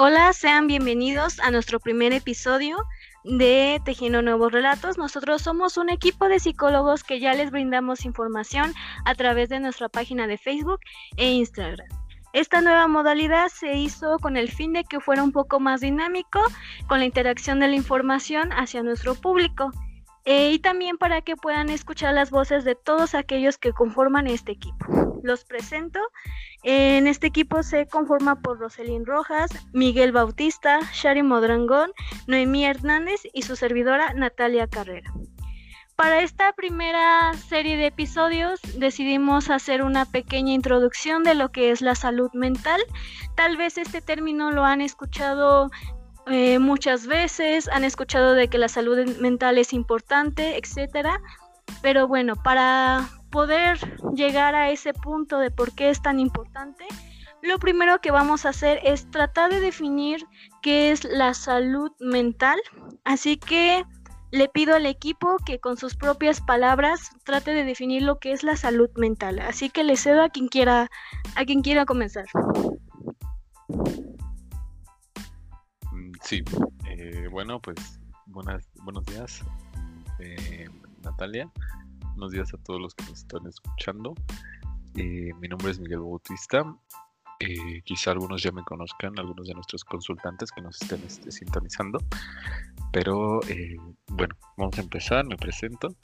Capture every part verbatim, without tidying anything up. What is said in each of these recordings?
Hola, sean bienvenidos a nuestro primer episodio de Tejiendo Nuevos Relatos. Nosotros somos un equipo de psicólogos que ya les brindamos información a través de nuestra página de Facebook e Instagram. Esta nueva modalidad se hizo con el fin de que fuera un poco más dinámico con la interacción de la información hacia nuestro público eh, y también para que puedan escuchar las voces de todos aquellos que conforman este equipo. Los presento. En este equipo se conforma por Roselyn Rojas, Miguel Bautista, Shari Modrangón, Noemí Hernández y su servidora Natalia Carrera. Para esta primera serie de episodios decidimos hacer una pequeña introducción de lo que es la salud mental. Tal vez este término lo han escuchado eh, muchas veces, han escuchado de que la salud mental es importante, etcétera. Pero bueno, para poder llegar a ese punto de por qué es tan importante, lo primero que vamos a hacer es tratar de definir qué es la salud mental. Así que le pido al equipo que con sus propias palabras trate de definir lo que es la salud mental. Así que le cedo a quien quiera, a quien quiera comenzar. Sí, eh, bueno, pues buenas, buenos días, eh, Natalia. Buenos días a todos los que nos están escuchando. Eh, mi nombre es Miguel Bautista. Eh, quizá algunos ya me conozcan, algunos de nuestros consultantes que nos estén este, sintonizando. Pero eh, bueno, vamos a empezar. Me presento.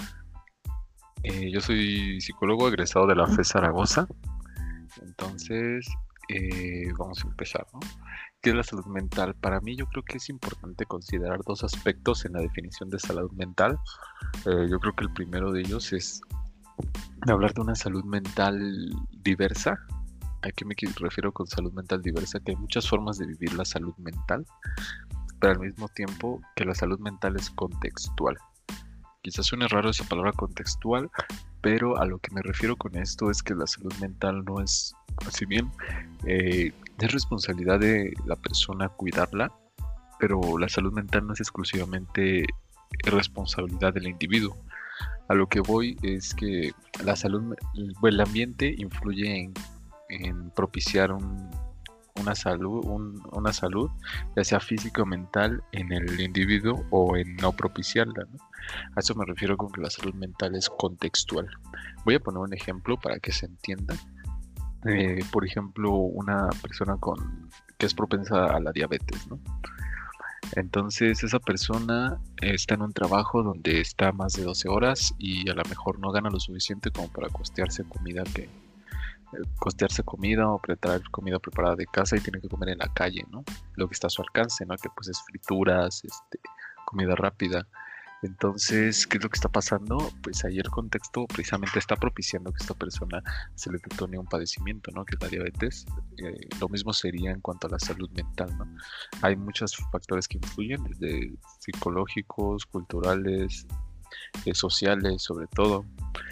Eh, yo soy psicólogo egresado de la F E S Zaragoza. Entonces, eh, vamos a empezar, ¿no? ¿Qué es la salud mental? Para mí yo creo que es importante considerar dos aspectos en la definición de salud mental. Eh, yo creo que el primero de ellos es hablar de una salud mental diversa. ¿A qué me refiero con salud mental diversa? Que hay muchas formas de vivir la salud mental, pero al mismo tiempo que la salud mental es contextual. Quizás suene raro esa palabra contextual, pero a lo que me refiero con esto es que la salud mental no es, si bien eh, es responsabilidad de la persona cuidarla, pero la salud mental no es exclusivamente responsabilidad del individuo. A lo que voy es que la salud, el ambiente influye en, en propiciar un, una salud, un, una salud, ya sea física o mental, en el individuo o en no propiciarla, ¿no? A eso me refiero con que la salud mental es contextual. Voy a poner un ejemplo para que se entienda. Eh, por ejemplo, una persona con que es propensa a la diabetes, ¿no? Entonces esa persona está en un trabajo donde está más de doce horas y a lo mejor no gana lo suficiente como para costearse comida que eh, costearse comida o preparar comida preparada de casa y tiene que comer en la calle, ¿no? Lo que está a su alcance, ¿no? Que pues es frituras, este, comida rápida. Entonces, ¿qué es lo que está pasando? Pues ahí el contexto precisamente está propiciando que esta persona se le detone un padecimiento, ¿no? Que es la diabetes. Eh, lo mismo sería en cuanto a la salud mental, ¿no? Hay muchos factores que influyen, desde psicológicos, culturales, eh, sociales, sobre todo,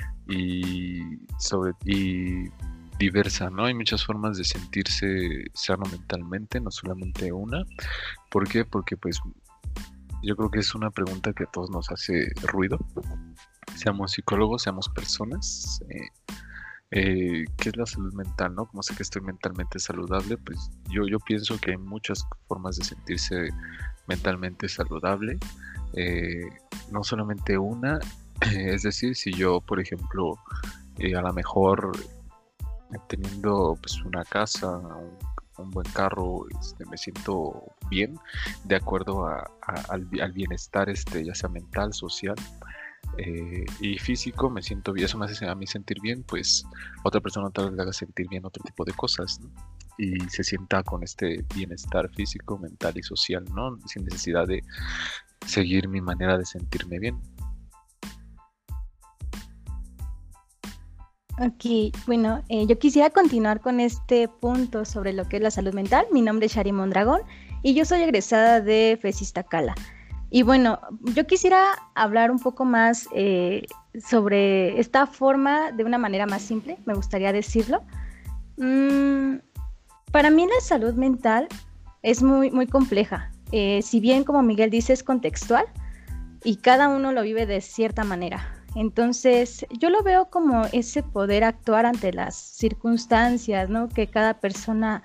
y sobre y diversa, ¿no? Hay muchas formas de sentirse sano mentalmente, no solamente una. ¿Por qué? Porque pues yo creo que es una pregunta que a todos nos hace ruido, seamos psicólogos, seamos personas. Eh, eh, ¿qué es la salud mental, no? Como sé que estoy mentalmente saludable, pues yo, yo pienso que hay muchas formas de sentirse mentalmente saludable, eh, no solamente una. Es decir, si yo, por ejemplo, eh, a lo mejor eh, teniendo pues una casa, un, un buen carro, este, me siento bien de acuerdo a, a, al, al bienestar, este, ya sea mental, social, eh, y físico, me siento bien, eso me hace a mí sentir bien, pues otra persona tal vez le haga sentir bien otro tipo de cosas, ¿no? Y se sienta con este bienestar físico, mental y social, ¿no? Sin necesidad de seguir mi manera de sentirme bien. Ok, bueno, eh, yo quisiera continuar con este punto sobre lo que es la salud mental. Mi nombre es Shari Mondragón y yo soy egresada de F E S Iztacala. Y bueno, yo quisiera hablar un poco más eh, sobre esta forma de una manera más simple, me gustaría decirlo. Mm, para mí la salud mental es muy, muy compleja. Eh, si bien, como Miguel dice, es contextual y cada uno lo vive de cierta manera. Entonces, yo lo veo como ese poder actuar ante las circunstancias, ¿no? Que cada persona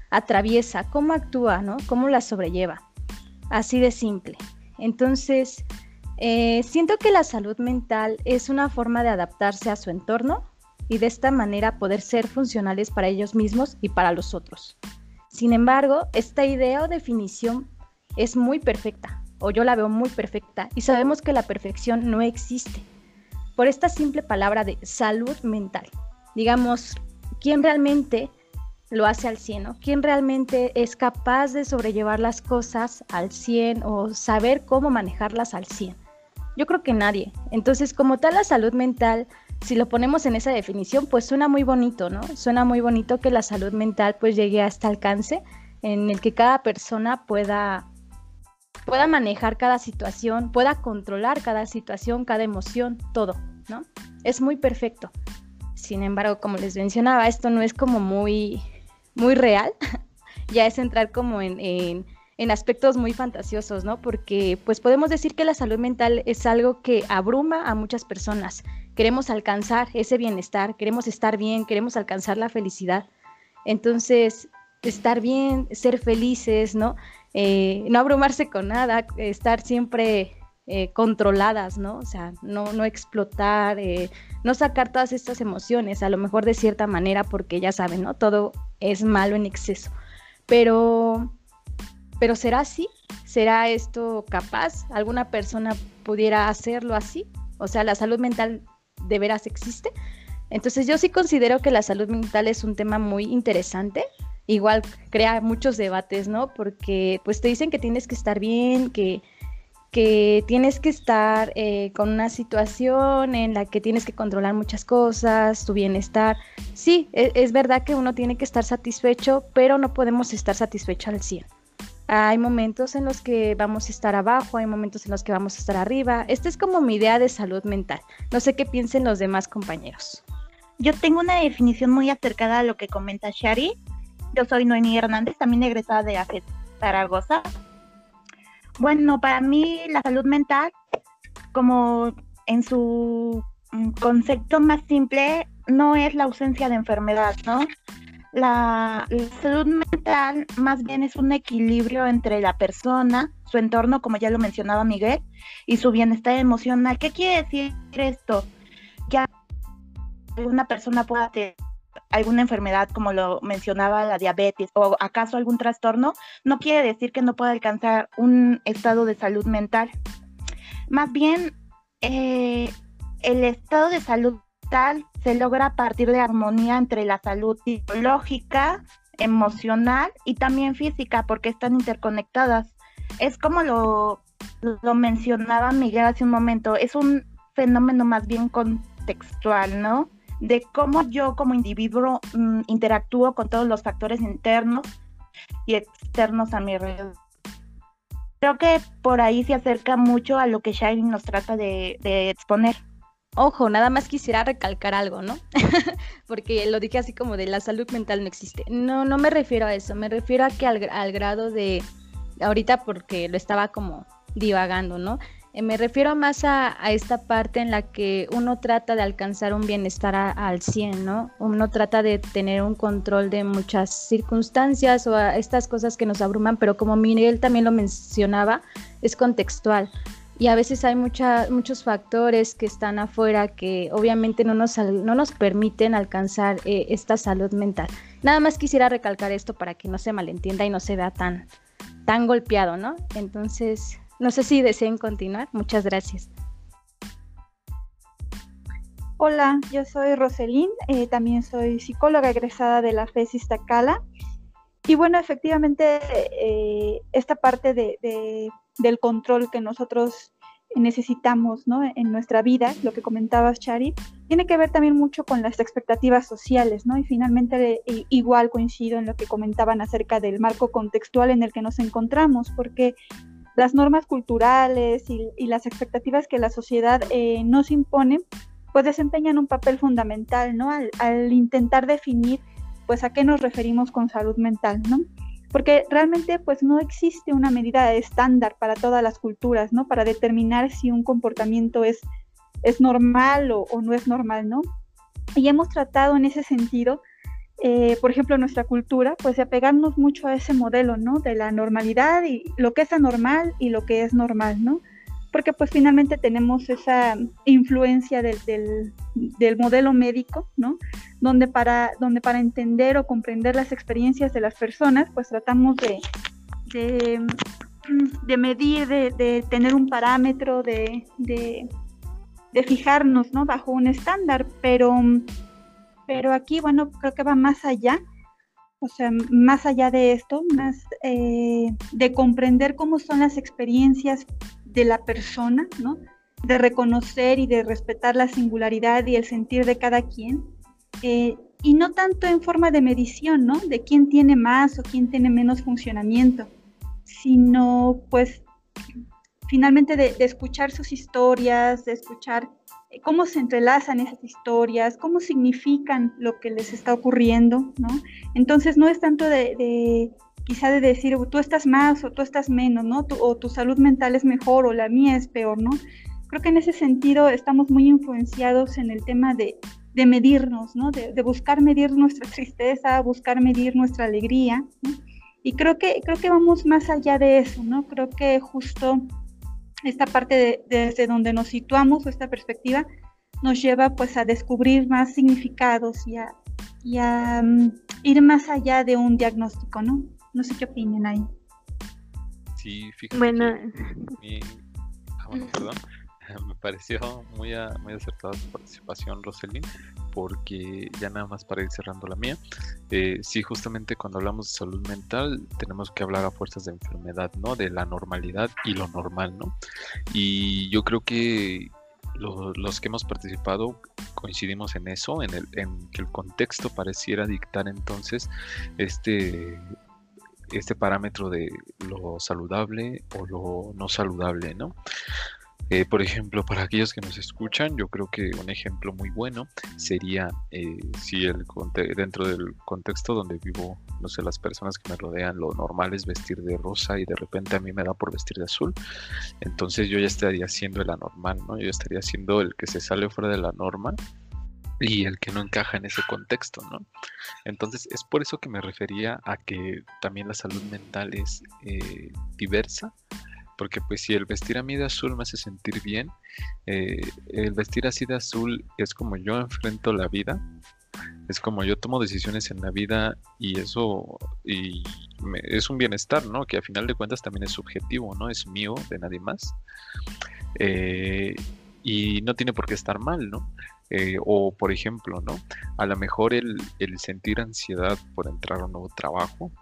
atraviesa, cómo actúa, ¿no? Cómo la sobrelleva. Así de simple. Entonces, eh, siento que la salud mental es una forma de adaptarse a su entorno y de esta manera poder ser funcionales para ellos mismos y para los otros. Sin embargo, esta idea o definición es muy perfecta, o yo la veo muy perfecta, y sabemos que la perfección no existe. Por esta simple palabra de salud mental, digamos, ¿quién realmente lo hace al cien, ¿no? ¿Quién realmente es capaz de sobrellevar las cosas al cien o saber cómo manejarlas al cien? Yo creo que nadie. Entonces, como tal, la salud mental, si lo ponemos en esa definición, pues suena muy bonito, ¿no? Suena muy bonito que la salud mental pues llegue a este alcance en el que cada persona pueda, pueda manejar cada situación, pueda controlar cada situación, cada emoción, todo, ¿no? Es muy perfecto. Sin embargo, como les mencionaba, esto no es como muy, muy real. Ya es entrar como en, en, en aspectos muy fantasiosos, ¿no? Porque pues podemos decir que la salud mental es algo que abruma a muchas personas. Queremos alcanzar ese bienestar, queremos estar bien, queremos alcanzar la felicidad. Entonces, estar bien, ser felices, ¿no? Eh, no abrumarse con nada, estar siempre eh, controladas, ¿no? O sea, no, no explotar, eh, no sacar todas estas emociones, a lo mejor de cierta manera, porque ya saben, ¿no? Todo es malo en exceso. Pero, pero ¿será así? ¿Será esto capaz? ¿Alguna persona pudiera hacerlo así? O sea, la salud mental de veras existe. Entonces yo sí considero que la salud mental es un tema muy interesante. Igual crea muchos debates, ¿no? Porque pues te dicen que tienes que estar bien, que, que tienes que estar eh, con una situación en la que tienes que controlar muchas cosas, tu bienestar. Sí, es, es verdad que uno tiene que estar satisfecho, pero no podemos estar satisfechos al cien. Hay momentos en los que vamos a estar abajo, hay momentos en los que vamos a estar arriba. Esta es como mi idea de salud mental. No sé qué piensen los demás compañeros. Yo tengo una definición muy acercada a lo que comenta Shari. Yo soy Noemí Hernández, también egresada de A F E T Zaragoza. Bueno, para mí la salud mental, como en su concepto más simple, no es la ausencia de enfermedad, ¿no? La, la salud mental más bien es un equilibrio entre la persona, su entorno, como ya lo mencionaba Miguel, y su bienestar emocional. ¿Qué quiere decir esto? Que alguna persona pueda tener alguna enfermedad, como lo mencionaba, la diabetes, o acaso algún trastorno, no quiere decir que no pueda alcanzar un estado de salud mental. Más bien, eh, el estado de salud mental se logra a partir de armonía entre la salud psicológica, emocional y también física, porque están interconectadas. Es como lo, lo mencionaba Miguel hace un momento, es un fenómeno más bien contextual, ¿no? De cómo yo como individuo mmm, interactúo con todos los factores internos y externos a mi alrededor. Creo que por ahí se acerca mucho a lo que Shari nos trata de, de exponer. Ojo, nada más quisiera recalcar algo, ¿no? Porque lo dije así como de la salud mental no existe. No, no me refiero a eso, me refiero a que al, al grado de, ahorita porque lo estaba como divagando, ¿no? Eh, me refiero más a, a esta parte en la que uno trata de alcanzar un bienestar a, al cien, ¿no? Uno trata de tener un control de muchas circunstancias o a estas cosas que nos abruman, pero como Miguel también lo mencionaba, es contextual. Y a veces hay mucha, muchos factores que están afuera que obviamente no nos, no nos permiten alcanzar eh, esta salud mental. Nada más quisiera recalcar esto para que no se malentienda y no se vea tan, tan golpeado, ¿no? Entonces, no sé si deseen continuar. Muchas gracias. Hola, yo soy Roselín, eh, también soy psicóloga egresada de la F E S Iztacala. Y bueno, efectivamente, eh, esta parte de, de, del control que nosotros necesitamos, ¿no?, en nuestra vida, lo que comentabas, Shari, tiene que ver también mucho con las expectativas sociales, ¿no? Y finalmente eh, igual coincido en lo que comentaban acerca del marco contextual en el que nos encontramos, porque las normas culturales y, y las expectativas que la sociedad eh, nos impone, pues desempeñan un papel fundamental, ¿no? Al, al intentar definir pues a qué nos referimos con salud mental, ¿no? Porque realmente pues no existe una medida estándar para todas las culturas, ¿no? Para determinar si un comportamiento es, es normal o, o no es normal, ¿no? Y hemos tratado en ese sentido eh, por ejemplo, nuestra cultura, pues de apegarnos mucho a ese modelo, ¿no? De la normalidad y lo que es anormal y lo que es normal, ¿no? Porque pues finalmente tenemos esa influencia del, del, del modelo médico, ¿no? Donde para, donde para entender o comprender las experiencias de las personas, pues tratamos de, de, de medir, de, de tener un parámetro, de, de, de fijarnos, ¿no? Bajo un estándar, pero, pero aquí, bueno, creo que va más allá. O sea, más allá de esto, más eh, de comprender cómo son las experiencias de la persona, ¿no? De reconocer y de respetar la singularidad y el sentir de cada quien, eh, y no tanto en forma de medición, ¿no? De quién tiene más o quién tiene menos funcionamiento, sino pues finalmente de, de escuchar sus historias, de escuchar cómo se entrelazan esas historias, cómo significan lo que les está ocurriendo, ¿no? Entonces no es tanto de, de quizá de decir tú estás más o tú estás menos, ¿no? Tu, o tu salud mental es mejor o la mía es peor, ¿no? Creo que en ese sentido estamos muy influenciados en el tema de, de medirnos, ¿no? De, de buscar medir nuestra tristeza, buscar medir nuestra alegría, ¿no? Y creo que, creo que vamos más allá de eso, ¿no? Creo que justo esta parte de, desde donde nos situamos, esta perspectiva, nos lleva pues a descubrir más significados y a, y a um, ir más allá de un diagnóstico, ¿no? No sé qué opinen ahí. Sí, fíjate Bueno, que mi... ah, bueno, perdón. Me pareció muy, a, muy acertada tu participación, Roselyn, porque ya nada más para ir cerrando la mía, eh, sí, justamente cuando hablamos de salud mental tenemos que hablar a fuerzas de enfermedad, ¿no? De la normalidad y lo normal, ¿no? Y yo creo que lo, los que hemos participado coincidimos en eso, en, el, en que el contexto pareciera dictar entonces este... este parámetro de lo saludable o lo no saludable, ¿no? Eh, por ejemplo, para aquellos que nos escuchan, yo creo que un ejemplo muy bueno sería eh, si el conte- dentro del contexto donde vivo, no sé, las personas que me rodean, lo normal es vestir de rosa y de repente a mí me da por vestir de azul, entonces yo ya estaría siendo el anormal, ¿no? Yo estaría siendo el que se sale fuera de la norma y el que no encaja en ese contexto, ¿no? Entonces es por eso que me refería a que también la salud mental es eh, diversa, porque pues si el vestir a mí de azul me hace sentir bien, eh, el vestir así de azul es como yo enfrento la vida, es como yo tomo decisiones en la vida y eso y me, es un bienestar, ¿no? Que a final de cuentas también es subjetivo, ¿no? Es mío, de nadie más. Eh, y no tiene por qué estar mal, ¿no? Eh, o por ejemplo, ¿no? A lo mejor el, el sentir ansiedad por entrar a un nuevo trabajo,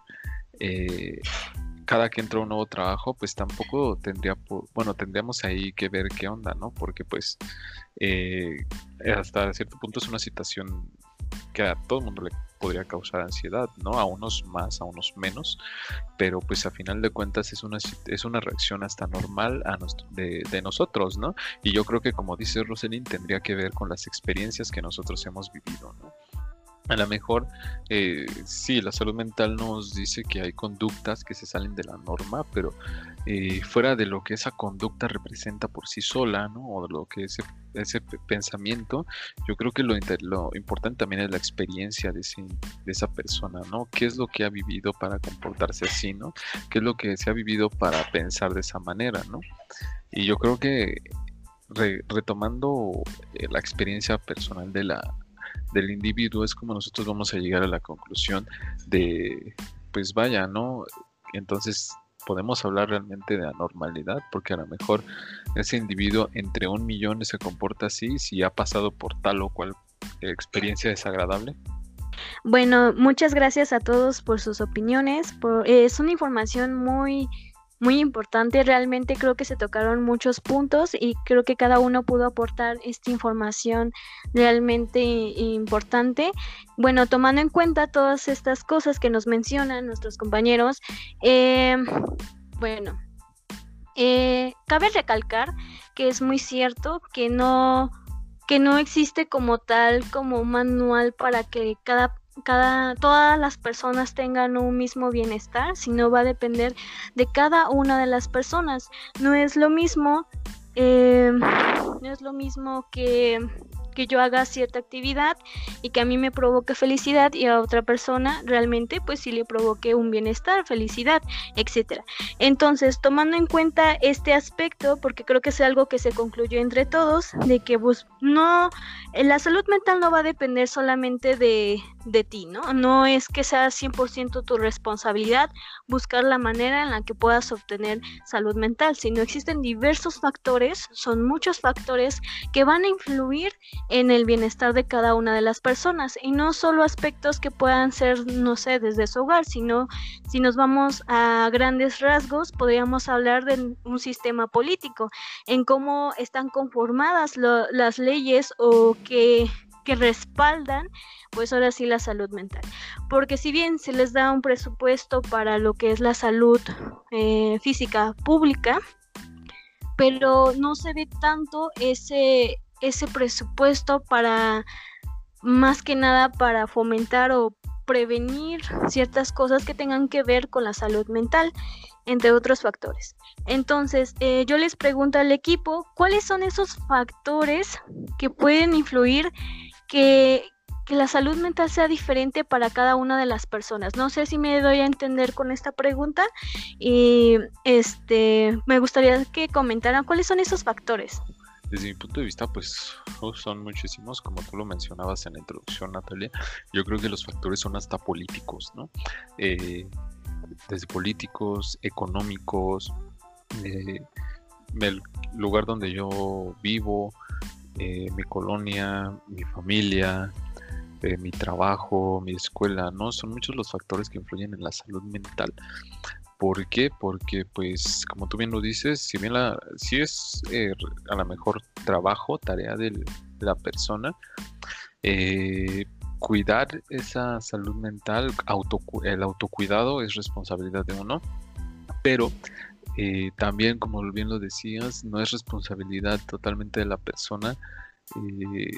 eh, cada que entra a un nuevo trabajo, pues tampoco tendría, por, bueno, tendríamos ahí que ver qué onda, ¿no? Porque pues eh, hasta cierto punto es una situación que a todo el mundo le podría causar ansiedad, ¿no? A unos más, a unos menos, pero pues a final de cuentas es una, es una reacción hasta normal a nos, de, de nosotros, ¿no? Y yo creo que, como dice Roselyn, tendría que ver con las experiencias que nosotros hemos vivido, ¿no? A lo mejor, eh, sí, la salud mental nos dice que hay conductas que se salen de la norma, pero eh, fuera de lo que esa conducta representa por sí sola, ¿no? O de lo que ese, ese pensamiento, yo creo que lo, lo importante también es la experiencia de, ese, de esa persona, ¿no? ¿Qué es lo que ha vivido para comportarse así, ¿no? ¿Qué es lo que se ha vivido para pensar de esa manera, ¿no? Y yo creo que re, retomando eh, la experiencia personal de la del individuo, es como nosotros vamos a llegar a la conclusión de, pues vaya, ¿no? Entonces podemos hablar realmente de anormalidad, porque a lo mejor ese individuo entre un millón se comporta así, si ha pasado por tal o cual experiencia desagradable. Bueno, muchas gracias a todos por sus opiniones. Por, eh, es una información muy, muy importante. Realmente creo que se tocaron muchos puntos y creo que cada uno pudo aportar esta información realmente importante. Bueno, tomando en cuenta todas estas cosas que nos mencionan nuestros compañeros, eh, bueno, eh, cabe recalcar que es muy cierto que no, que no existe como tal, como un manual para que cada Cada, todas las personas tengan un mismo bienestar, sino va a depender de cada una de las personas. No es lo mismo, eh, no es lo mismo que, que yo haga cierta actividad y que a mí me provoque felicidad y a otra persona realmente pues sí le provoque un bienestar, felicidad, etcétera. Entonces, tomando en cuenta este aspecto, porque creo que es algo que se concluyó entre todos, de que pues no, la salud mental no va a depender solamente de, de ti, ¿no? No es que sea cien por ciento tu responsabilidad buscar la manera en la que puedas obtener salud mental, sino existen diversos factores, son muchos factores que van a influir en el bienestar de cada una de las personas, y no solo aspectos que puedan ser, no sé, desde su hogar, sino si nos vamos a grandes rasgos, podríamos hablar de un sistema político, en cómo están conformadas lo, las leyes o que, que respaldan pues ahora sí la salud mental, porque si bien se les da un presupuesto para lo que es la salud eh, física pública, pero no se ve tanto ese, ese presupuesto para, más que nada para fomentar o prevenir ciertas cosas que tengan que ver con la salud mental, entre otros factores. Entonces, eh, yo les pregunto al equipo, ¿cuáles son esos factores que pueden influir que, que la salud mental sea diferente para cada una de las personas? No sé si me doy a entender con esta pregunta, y este, me gustaría que comentaran cuáles son esos factores. Desde mi punto de vista, pues oh, son muchísimos, como tú lo mencionabas en la introducción, Natalia. Yo creo que los factores son hasta políticos, ¿no? Eh, desde políticos, económicos, eh, el lugar donde yo vivo, eh, mi colonia, mi familia, eh, mi trabajo, mi escuela, ¿no? Son muchos los factores que influyen en la salud mental. ¿Por qué? Porque, pues, como tú bien lo dices, si bien la, si es eh, a lo mejor trabajo, tarea de la persona, eh, cuidar esa salud mental, auto, el autocuidado es responsabilidad de uno, pero eh, también, como bien lo decías, no es responsabilidad totalmente de la persona eh,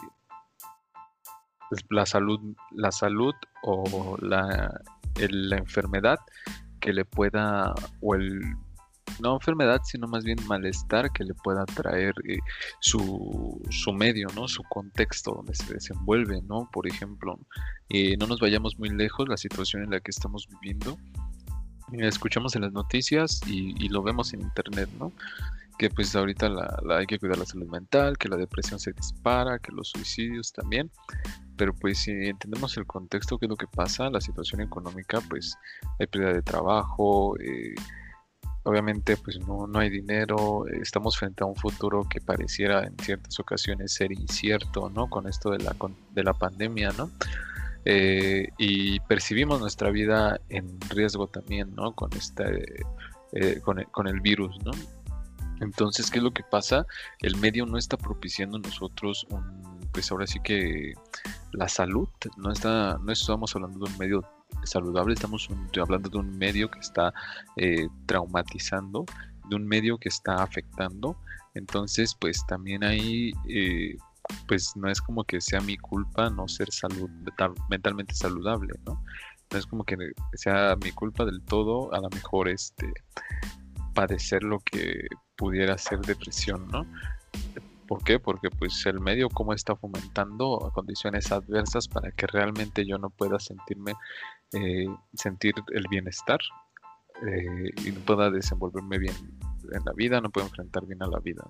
la salud, la salud o la, el, la enfermedad que le pueda, o el, no enfermedad, sino más bien malestar que le pueda traer eh, su, su medio, ¿no? Su contexto donde se desenvuelve, ¿no? Por ejemplo, eh, no nos vayamos muy lejos, la situación en la que estamos viviendo, eh, escuchamos en las noticias y, y lo vemos en internet, ¿no? Que pues ahorita la, la hay que cuidar la salud mental, que la depresión se dispara, que los suicidios también. Pero pues si entendemos el contexto, qué es lo que pasa, la situación económica, pues hay pérdida de trabajo, eh, obviamente pues no, no hay dinero, eh, estamos frente a un futuro que pareciera en ciertas ocasiones ser incierto, ¿no? Con esto de la, con, de la pandemia, ¿no? Eh, y percibimos nuestra vida en riesgo también, ¿no? Con, este, eh, con, el, con el virus, ¿no? Entonces, ¿qué es lo que pasa? El medio no está propiciando a nosotros un, pues ahora sí que la salud, no está, no estamos hablando de un medio saludable, estamos un, hablando de un medio que está eh, traumatizando, de un medio que está afectando. Entonces, pues también ahí, eh, pues no es como que sea mi culpa no ser salud, mentalmente saludable, ¿no? No es como que sea mi culpa del todo, a lo mejor este padecer lo que pudiera ser depresión, ¿no? ¿Por qué? Porque pues el medio como está fomentando condiciones adversas para que realmente yo no pueda sentirme, eh, sentir el bienestar eh, y no pueda desenvolverme bien en la vida, no puedo enfrentar bien a la vida.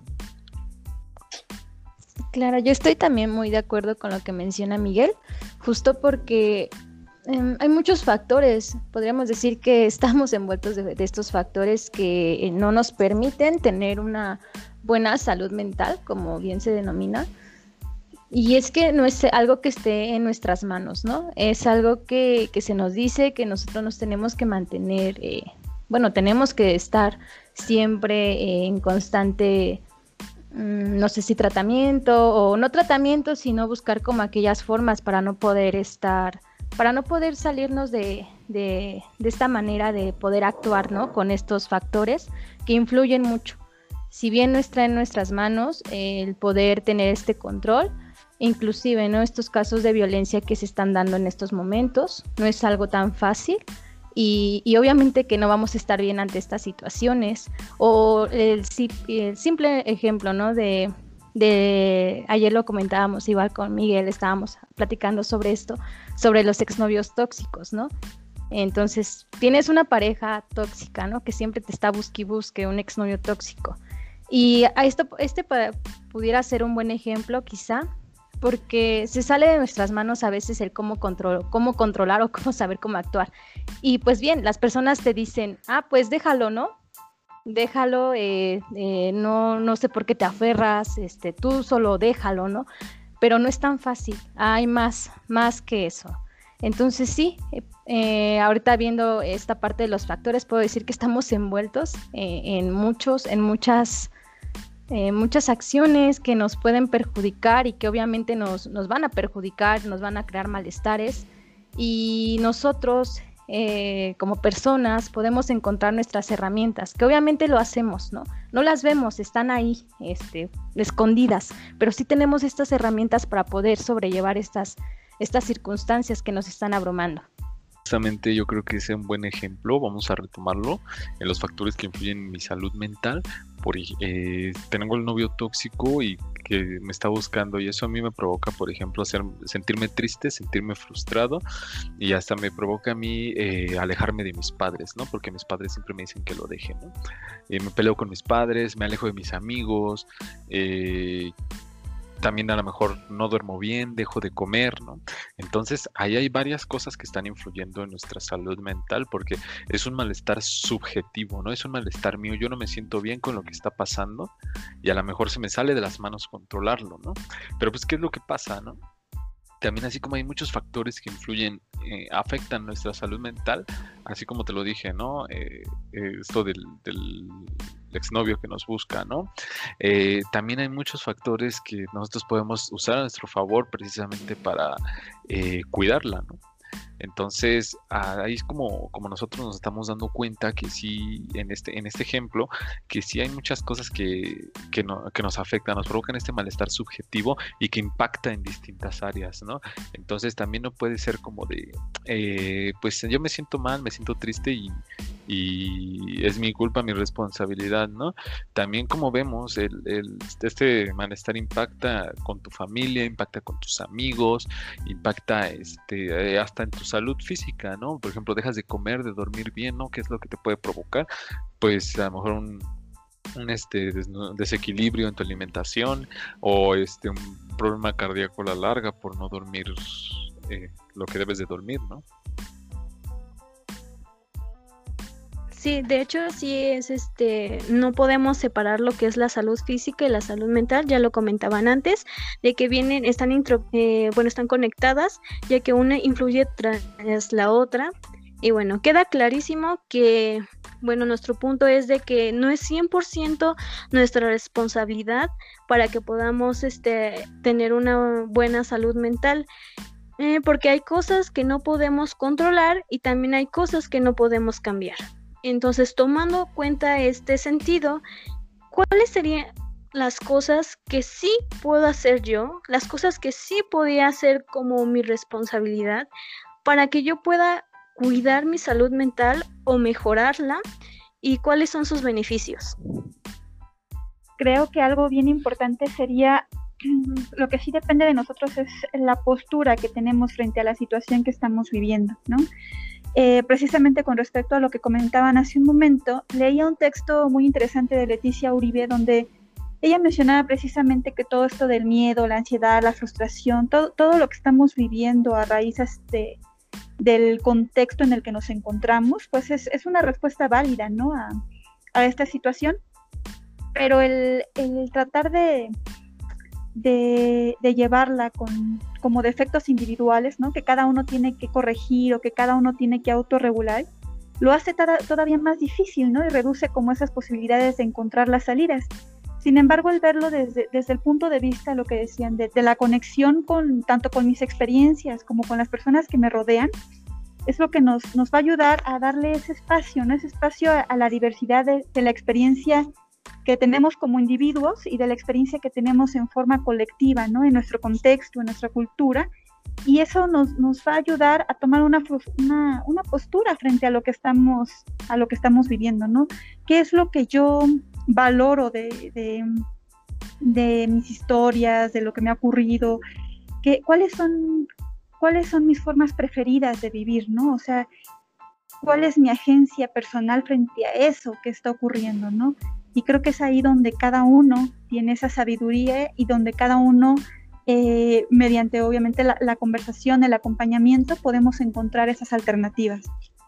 Claro, yo estoy también muy de acuerdo con lo que menciona Miguel, justo porque eh, hay muchos factores, podríamos decir que estamos envueltos de, de estos factores que eh, no nos permiten tener una buena salud mental, como bien se denomina, y es que no es algo que esté en nuestras manos, ¿no? Es algo que, que se nos dice que nosotros nos tenemos que mantener, eh, bueno, tenemos que estar siempre eh, en constante, mmm, no sé si tratamiento o no tratamiento, sino buscar como aquellas formas para no poder estar, para no poder salirnos de, de, de esta manera de poder actuar, ¿no? Con estos factores que influyen mucho. Si bien no está en nuestras manos eh, el poder tener este control, inclusive, ¿no? Estos casos de violencia que se están dando en estos momentos, no es algo tan fácil y, y obviamente que no vamos a estar bien ante estas situaciones. O el, el simple ejemplo, ¿no? De, de, ayer lo comentábamos igual con Miguel, estábamos platicando sobre esto, sobre los exnovios tóxicos, ¿no? Entonces, tienes una pareja tóxica, ¿no? Que siempre te está busque y busque, un exnovio tóxico. Y a esto, este pa- pudiera ser un buen ejemplo, quizá, porque se sale de nuestras manos a veces el cómo, control, cómo controlar o cómo saber cómo actuar. Y pues bien, las personas te dicen, ah, pues déjalo, ¿no? Déjalo, eh, eh, no, no sé por qué te aferras, este, tú solo déjalo, ¿no? Pero no es tan fácil, hay más, más que eso. Entonces sí, eh, eh, ahorita viendo esta parte de los factores, puedo decir que estamos envueltos eh, en muchos, en muchas, eh, muchas acciones que nos pueden perjudicar y que obviamente nos, nos van a perjudicar, nos van a crear malestares, y nosotros eh, como personas podemos encontrar nuestras herramientas, que obviamente lo hacemos, ¿no? No las vemos, están ahí, este, escondidas, pero sí tenemos estas herramientas para poder sobrellevar estas estas circunstancias que nos están abrumando. Justamente yo creo que es un buen ejemplo, vamos a retomarlo, en los factores que influyen en mi salud mental. Por, eh, tengo el novio tóxico y que me está buscando, y eso a mí me provoca, por ejemplo, hacer, sentirme triste, sentirme frustrado, y hasta me provoca a mí eh, alejarme de mis padres, ¿no? Porque mis padres siempre me dicen que lo deje, ¿no? Eh, me peleo con mis padres, me alejo de mis amigos, eh, también a lo mejor no duermo bien, dejo de comer, ¿no? Entonces, ahí hay varias cosas que están influyendo en nuestra salud mental, porque es un malestar subjetivo, ¿no? Es un malestar mío, yo no me siento bien con lo que está pasando y a lo mejor se me sale de las manos controlarlo, ¿no? Pero pues, ¿qué es lo que pasa, no? También, así como hay muchos factores que influyen, eh, afectan nuestra salud mental, así como te lo dije, ¿no? Eh, eh, esto del, del exnovio que nos busca, ¿no? Eh, también hay muchos factores que nosotros podemos usar a nuestro favor precisamente para eh, cuidarla, ¿no? Entonces, ahí es como, como nosotros nos estamos dando cuenta que sí, en este, en este ejemplo, que sí hay muchas cosas que, que, no, que nos afectan, nos provocan este malestar subjetivo y que impacta en distintas áreas, ¿no? Entonces, también no puede ser como de, eh, pues yo me siento mal, me siento triste y, y es mi culpa, mi responsabilidad, ¿no? También, como vemos, el, el, este malestar impacta con tu familia, impacta con tus amigos, impacta este, hasta en tus salud física, ¿no? Por ejemplo, dejas de comer, de dormir bien, ¿no? ¿Qué es lo que te puede provocar? Pues a lo mejor un, un este, des desequilibrio en tu alimentación, o este, un problema cardíaco a la larga por no dormir eh, lo que debes de dormir, ¿no? Sí, de hecho sí es este, no podemos separar lo que es la salud física y la salud mental, ya lo comentaban antes, de que vienen, están intro, eh, bueno, están conectadas, ya que una influye tras la otra. Y bueno, queda clarísimo que, bueno, nuestro punto es de que no es cien por ciento nuestra responsabilidad para que podamos este, tener una buena salud mental. Eh, porque hay cosas que no podemos controlar y también hay cosas que no podemos cambiar. Entonces, tomando en cuenta este sentido, ¿cuáles serían las cosas que sí puedo hacer yo, las cosas que sí podía hacer como mi responsabilidad para que yo pueda cuidar mi salud mental o mejorarla, y cuáles son sus beneficios? Creo que algo bien importante sería, lo que sí depende de nosotros es la postura que tenemos frente a la situación que estamos viviendo, ¿no? Eh, precisamente con respecto a lo que comentaban hace un momento, leía un texto muy interesante de Leticia Uribe donde ella mencionaba precisamente que todo esto del miedo, la ansiedad, la frustración, todo, todo lo que estamos viviendo a raíz de, del contexto en el que nos encontramos, pues es, es una respuesta válida, ¿no? a, a esta situación, pero el, el tratar de, de, de llevarla con, como defectos individuales, ¿no? Que cada uno tiene que corregir o que cada uno tiene que autorregular, lo hace tada, todavía más difícil, ¿no? Y reduce como esas posibilidades de encontrar las salidas. Sin embargo, el verlo desde, desde el punto de vista, lo que decían, de, de la conexión con, tanto con mis experiencias como con las personas que me rodean, es lo que nos, nos va a ayudar a darle ese espacio, ¿no? Ese espacio a, a la diversidad de, de la experiencia que tenemos como individuos y de la experiencia que tenemos en forma colectiva, ¿no? En nuestro contexto, en nuestra cultura, y eso nos, nos va a ayudar a tomar una, una, una postura frente a lo que estamos, a lo que estamos viviendo, ¿no? ¿Qué es lo que yo valoro de, de, de mis historias, de lo que me ha ocurrido, que, cuáles son, cuáles son mis formas preferidas de vivir, ¿no? O sea, cuál es mi agencia personal frente a eso que está ocurriendo, ¿no? Y creo que es ahí donde cada uno tiene esa sabiduría y donde cada uno, eh, mediante obviamente la, la conversación, el acompañamiento, podemos encontrar esas alternativas.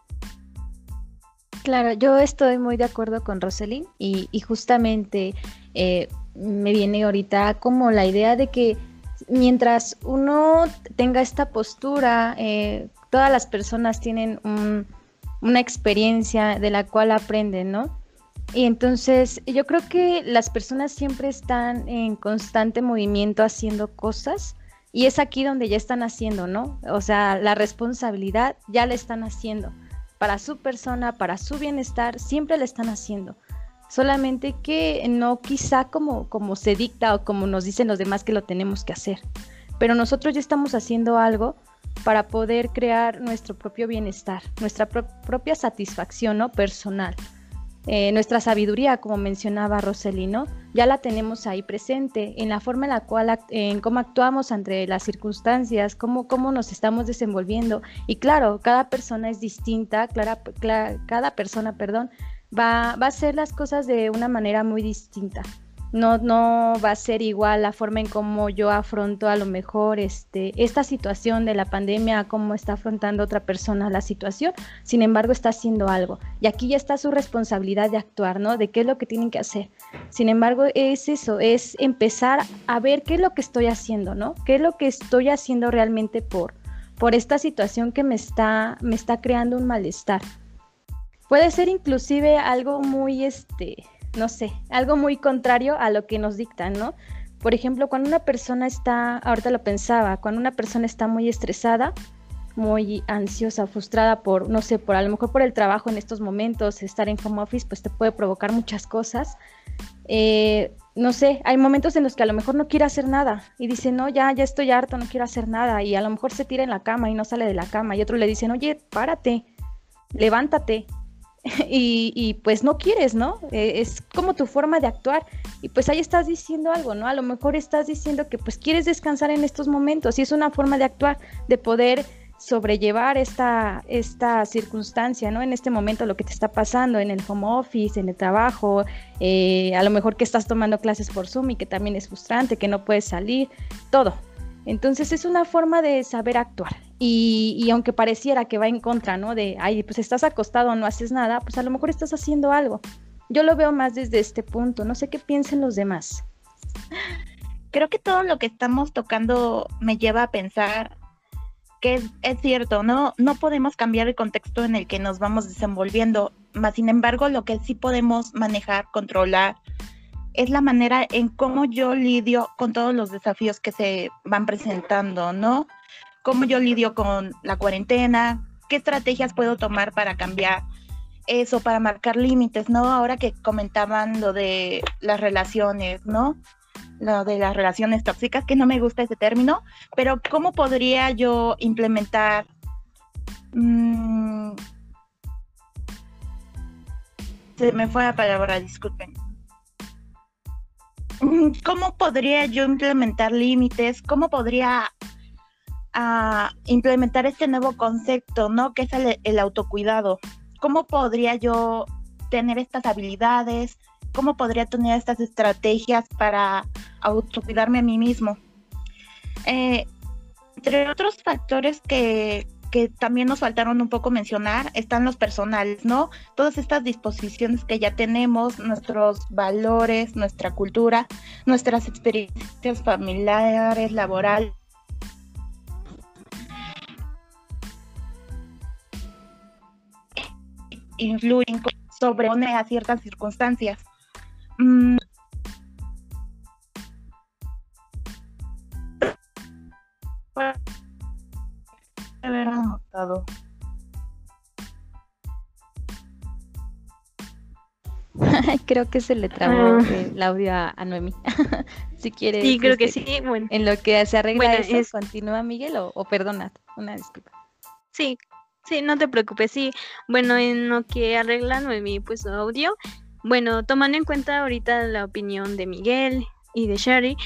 Claro, yo estoy muy de acuerdo con Roselyn y, y justamente eh, me viene ahorita como la idea de que mientras uno tenga esta postura, eh, todas las personas tienen un, una experiencia de la cual aprenden, ¿no? Y entonces yo creo que las personas siempre están en constante movimiento haciendo cosas y es aquí donde ya están haciendo, ¿no? O sea, la responsabilidad ya la están haciendo. Para su persona, para su bienestar, siempre la están haciendo. Solamente que no quizá como, como se dicta o como nos dicen los demás que lo tenemos que hacer. Pero nosotros ya estamos haciendo algo para poder crear nuestro propio bienestar, nuestra pro- propia satisfacción, ¿no? Personal. Eh, nuestra sabiduría, como mencionaba Roselyn, ¿no? Ya la tenemos ahí presente en la forma en la cual, act- en cómo actuamos ante las circunstancias, cómo, cómo nos estamos desenvolviendo. Y claro, cada persona es distinta, clara, clara, cada persona, perdón, va, va a hacer las cosas de una manera muy distinta. No, no va a ser igual la forma en cómo yo afronto a lo mejor este, esta situación de la pandemia, a cómo está afrontando otra persona la situación, sin embargo está haciendo algo. Y aquí ya está su responsabilidad de actuar, ¿no? De qué es lo que tienen que hacer. Sin embargo, es eso, es empezar a ver qué es lo que estoy haciendo, ¿no? ¿Qué es lo que estoy haciendo realmente por, por esta situación que me está, me está creando un malestar? Puede ser inclusive algo muy, este... no sé, algo muy contrario a lo que nos dictan, ¿no? Por ejemplo, cuando una persona está, ahorita lo pensaba, cuando una persona está muy estresada, muy ansiosa, frustrada por, no sé, por a lo mejor por el trabajo en estos momentos, estar en home office, pues te puede provocar muchas cosas. Eh, no sé, hay momentos en los que a lo mejor no quiere hacer nada y dice, no, ya, ya estoy harto, no quiero hacer nada, y a lo mejor se tira en la cama y no sale de la cama, y otros le dicen, oye, párate, levántate. Y, y pues no quieres, ¿no? Eh, es como tu forma de actuar y pues ahí estás diciendo algo, ¿no? A lo mejor estás diciendo que pues quieres descansar en estos momentos y es una forma de actuar, de poder sobrellevar esta, esta circunstancia, ¿no? En este momento lo que te está pasando en el home office, en el trabajo, eh, a lo mejor que estás tomando clases por Zoom y que también es frustrante, que no puedes salir, todo. Entonces es una forma de saber actuar y, y aunque pareciera que va en contra, ¿no? De, ay, pues estás acostado, no haces nada, pues a lo mejor estás haciendo algo. Yo lo veo más desde este punto, no sé qué piensen los demás. Creo que todo lo que estamos tocando me lleva a pensar que es, es cierto, ¿no? No podemos cambiar el contexto en el que nos vamos desenvolviendo, más sin embargo lo que sí podemos manejar, controlar, es la manera en cómo yo lidio con todos los desafíos que se van presentando, ¿no? Cómo yo lidio con la cuarentena, qué estrategias puedo tomar para cambiar eso, para marcar límites, ¿no? Ahora que comentaban lo de las relaciones, ¿no? Lo de las relaciones tóxicas, que no me gusta ese término, pero ¿cómo podría yo implementar mmm, se me fue la palabra, disculpen. ¿Cómo podría yo implementar límites? ¿Cómo podría uh, implementar este nuevo concepto, ¿no? Que es el, el autocuidado. ¿Cómo podría yo tener estas habilidades? ¿Cómo podría tener estas estrategias para autocuidarme a mí mismo? Eh, entre otros factores que, que también nos faltaron un poco mencionar, están los personales, ¿no? Todas estas disposiciones que ya tenemos, nuestros valores, nuestra cultura, nuestras experiencias familiares, laborales. Influyen sobre a ciertas circunstancias. Mm. Haber anotado. Creo que se le trabó uh, el audio a, a Noemi. Si quieres. Sí, creo este, que sí. Bueno. En lo que se arregla bueno, eso, es... continúa Miguel o, o perdona, una disculpa. Sí, sí, no te preocupes, sí. Bueno, en lo que arregla Noemi, pues su audio. Bueno, tomando en cuenta ahorita la opinión de Miguel, y de Shari,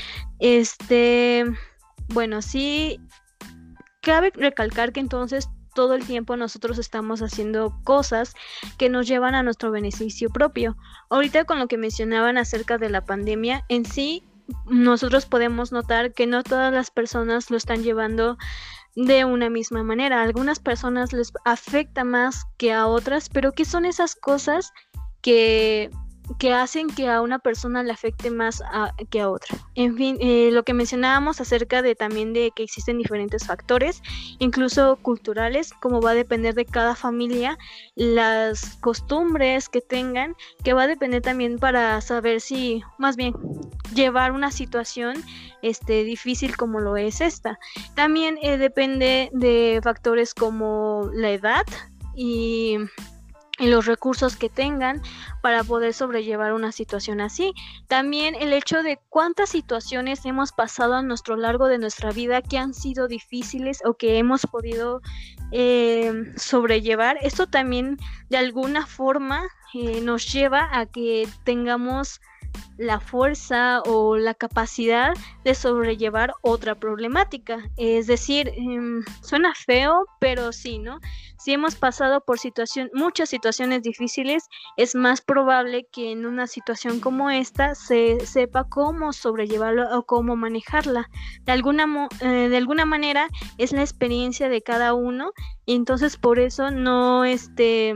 este, bueno, sí, cabe recalcar que entonces todo el tiempo nosotros estamos haciendo cosas que nos llevan a nuestro beneficio propio. Ahorita con lo que mencionaban acerca de la pandemia, en sí, nosotros podemos notar que no todas las personas lo están llevando de una misma manera. A algunas personas les afecta más que a otras, pero ¿qué son esas cosas que, que hacen que a una persona le afecte más a, que a otra? En fin, eh, lo que mencionábamos acerca de también de que existen diferentes factores, incluso culturales, como va a depender de cada familia, las costumbres que tengan, que va a depender también para saber si, más bien, llevar una situación este, difícil como lo es esta. También eh, depende de factores como la edad y, y los recursos que tengan para poder sobrellevar una situación así. También el hecho de cuántas situaciones hemos pasado a nuestro largo de nuestra vida que han sido difíciles o que hemos podido eh, sobrellevar. Esto también de alguna forma eh, nos lleva a que tengamos la fuerza o la capacidad de sobrellevar otra problemática. Es decir, eh, suena feo, pero sí, ¿no? Si hemos pasado por situación, muchas situaciones difíciles, es más probable que en una situación como esta se sepa cómo sobrellevarla o cómo manejarla. De alguna, mo- eh, de alguna manera es la experiencia de cada uno, y entonces por eso no, este,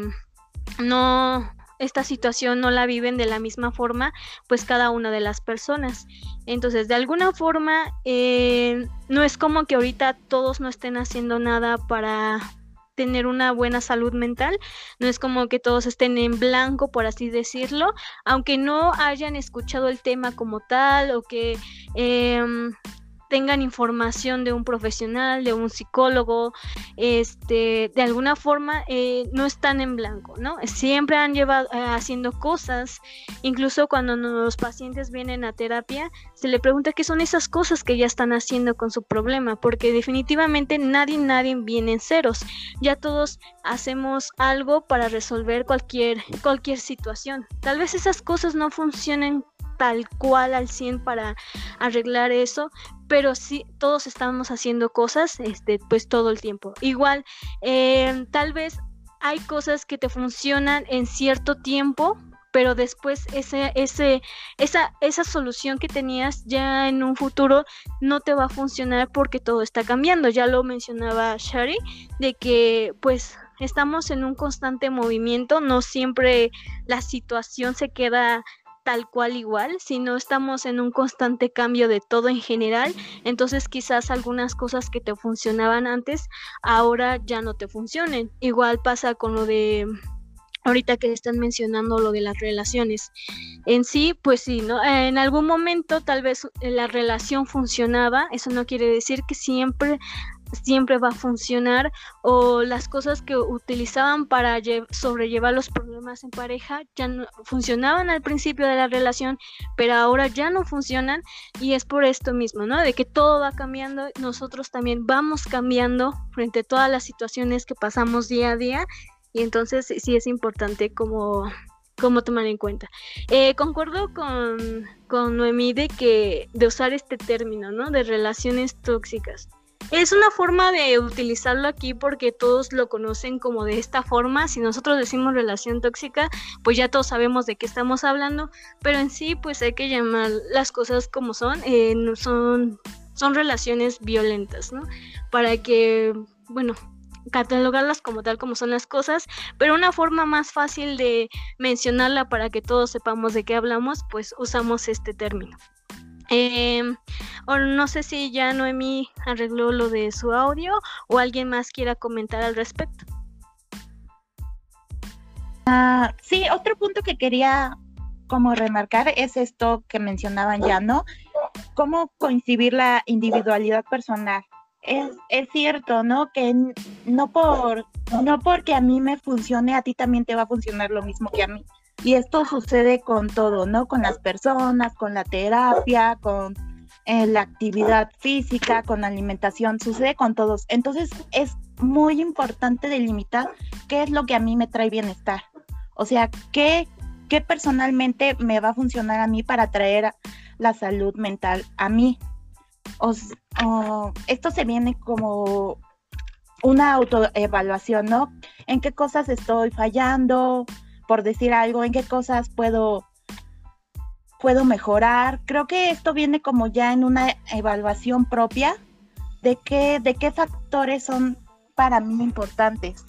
no... esta situación no la viven de la misma forma, pues cada una de las personas. Entonces, de alguna forma, eh, no es como que ahorita todos no estén haciendo nada para tener una buena salud mental, no es como que todos estén en blanco, por así decirlo, aunque no hayan escuchado el tema como tal, o que eh, tengan información de un profesional, de un psicólogo, este, de alguna forma eh, no están en blanco, ¿no? Siempre han llevado eh, haciendo cosas. Incluso cuando los pacientes vienen a terapia, se le pregunta qué son esas cosas que ya están haciendo con su problema, porque definitivamente nadie, nadie viene en ceros. Ya todos hacemos algo para resolver cualquier, cualquier situación. Tal vez esas cosas no funcionen tal cual al cien para arreglar eso, pero sí todos estamos haciendo cosas este pues todo el tiempo. Igual eh, tal vez hay cosas que te funcionan en cierto tiempo, pero después ese ese esa esa solución que tenías ya en un futuro no te va a funcionar porque todo está cambiando. Ya lo mencionaba Shari, de que pues estamos en un constante movimiento, no siempre la situación se queda tal cual igual, sino estamos en un constante cambio de todo en general. Entonces quizás algunas cosas que te funcionaban antes ahora ya no te funcionen. Igual pasa con lo de ahorita que están mencionando lo de las relaciones. En sí, pues sí, ¿no? En algún momento tal vez la relación funcionaba, eso no quiere decir que siempre siempre va a funcionar, o las cosas que utilizaban para lle- sobrellevar los problemas en pareja ya no funcionaban al principio de la relación, pero ahora ya no funcionan, y es por esto mismo, ¿no? De que todo va cambiando, nosotros también vamos cambiando frente a todas las situaciones que pasamos día a día, y entonces sí es importante como, como tomar en cuenta. Eh, concuerdo con, con Noemí de que de usar este término, ¿no? De relaciones tóxicas. Es una forma de utilizarlo aquí porque todos lo conocen como de esta forma. Si nosotros decimos relación tóxica, pues ya todos sabemos de qué estamos hablando, pero en sí pues hay que llamar las cosas como son. Eh, no son, son relaciones violentas, ¿no? Para que, bueno, catalogarlas como tal como son las cosas, pero una forma más fácil de mencionarla para que todos sepamos de qué hablamos, pues usamos este término. Eh, o no sé si ya Noemí arregló lo de su audio o alguien más quiera comentar al respecto. Uh, sí, otro punto que quería como remarcar es esto que mencionaban ya, ¿no? Cómo coincidir la individualidad personal. Es, es cierto, ¿no? Que no por no porque a mí me funcione, a ti también te va a funcionar lo mismo que a mí. Y esto sucede con todo, ¿no? Con las personas, con la terapia, con eh, la actividad física, con la alimentación, sucede con todos. Entonces es muy importante delimitar qué es lo que a mí me trae bienestar. O sea, qué, qué personalmente me va a funcionar a mí para traer la salud mental a mí. O, o, esto se viene como una autoevaluación, ¿no? ¿En qué cosas estoy fallando? Por decir algo, ¿en qué cosas puedo, puedo mejorar? Creo que esto viene como ya en una evaluación propia de qué, de qué factores son para mí importantes.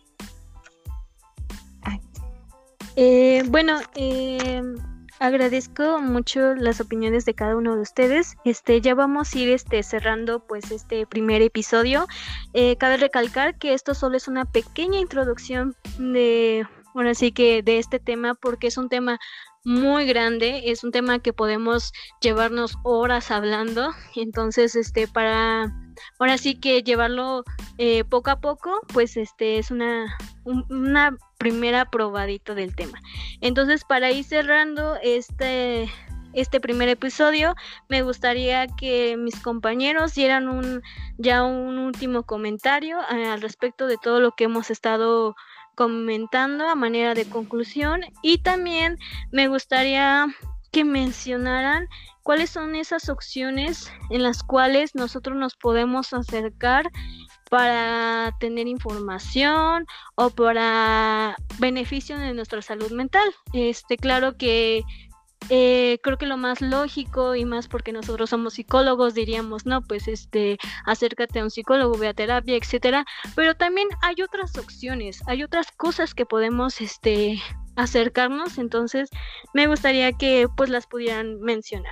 Eh, bueno, eh, agradezco mucho las opiniones de cada uno de ustedes. Este, ya vamos a ir este, cerrando pues este primer episodio. Eh, cabe recalcar que esto solo es una pequeña introducción de, bueno, así que de este tema, porque es un tema muy grande, es un tema que podemos llevarnos horas hablando. Entonces, este, para ahora sí que llevarlo eh, poco a poco, pues este es una, un, una primera probadito del tema. Entonces, para ir cerrando este, este primer episodio, me gustaría que mis compañeros dieran un, ya un último comentario eh, al respecto de todo lo que hemos estado comentando a manera de conclusión, y también me gustaría que mencionaran cuáles son esas opciones en las cuales nosotros nos podemos acercar para tener información o para beneficio de nuestra salud mental. Este, claro que eh, creo que lo más lógico, y más porque nosotros somos psicólogos, diríamos, no, pues este, acércate a un psicólogo, ve a terapia, etcétera. Pero también hay otras opciones, hay otras cosas que podemos este, acercarnos. Entonces, me gustaría que pues las pudieran mencionar.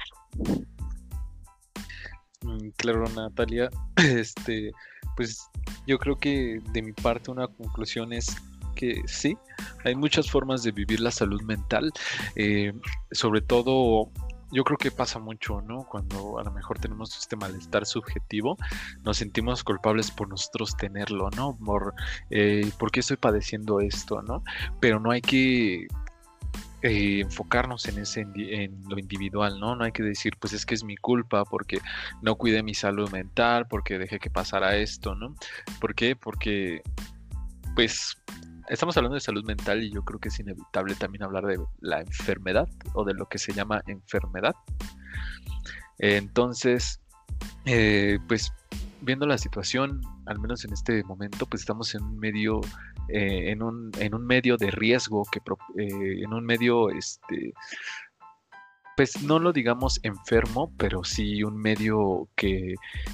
Claro, Natalia, este, pues yo creo que de mi parte una conclusión es que sí, hay muchas formas de vivir la salud mental, eh, sobre todo yo creo que pasa mucho, ¿no? Cuando a lo mejor tenemos este malestar subjetivo, nos sentimos culpables por nosotros tenerlo, ¿no? Por, eh, ¿por qué estoy padeciendo esto, ¿no? Pero no hay que Eh, enfocarnos en ese en lo individual, ¿no? No hay que decir, pues es que es mi culpa porque no cuidé mi salud mental, porque dejé que pasara esto, ¿no? ¿Por qué? Porque, pues, estamos hablando de salud mental y yo creo que es inevitable también hablar de la enfermedad o de lo que se llama enfermedad. Entonces, eh, pues, viendo la situación, al menos en este momento, pues estamos en un medio Eh, en, un, en un medio de riesgo, que eh, en un medio, este, pues no lo digamos enfermo, pero sí un medio que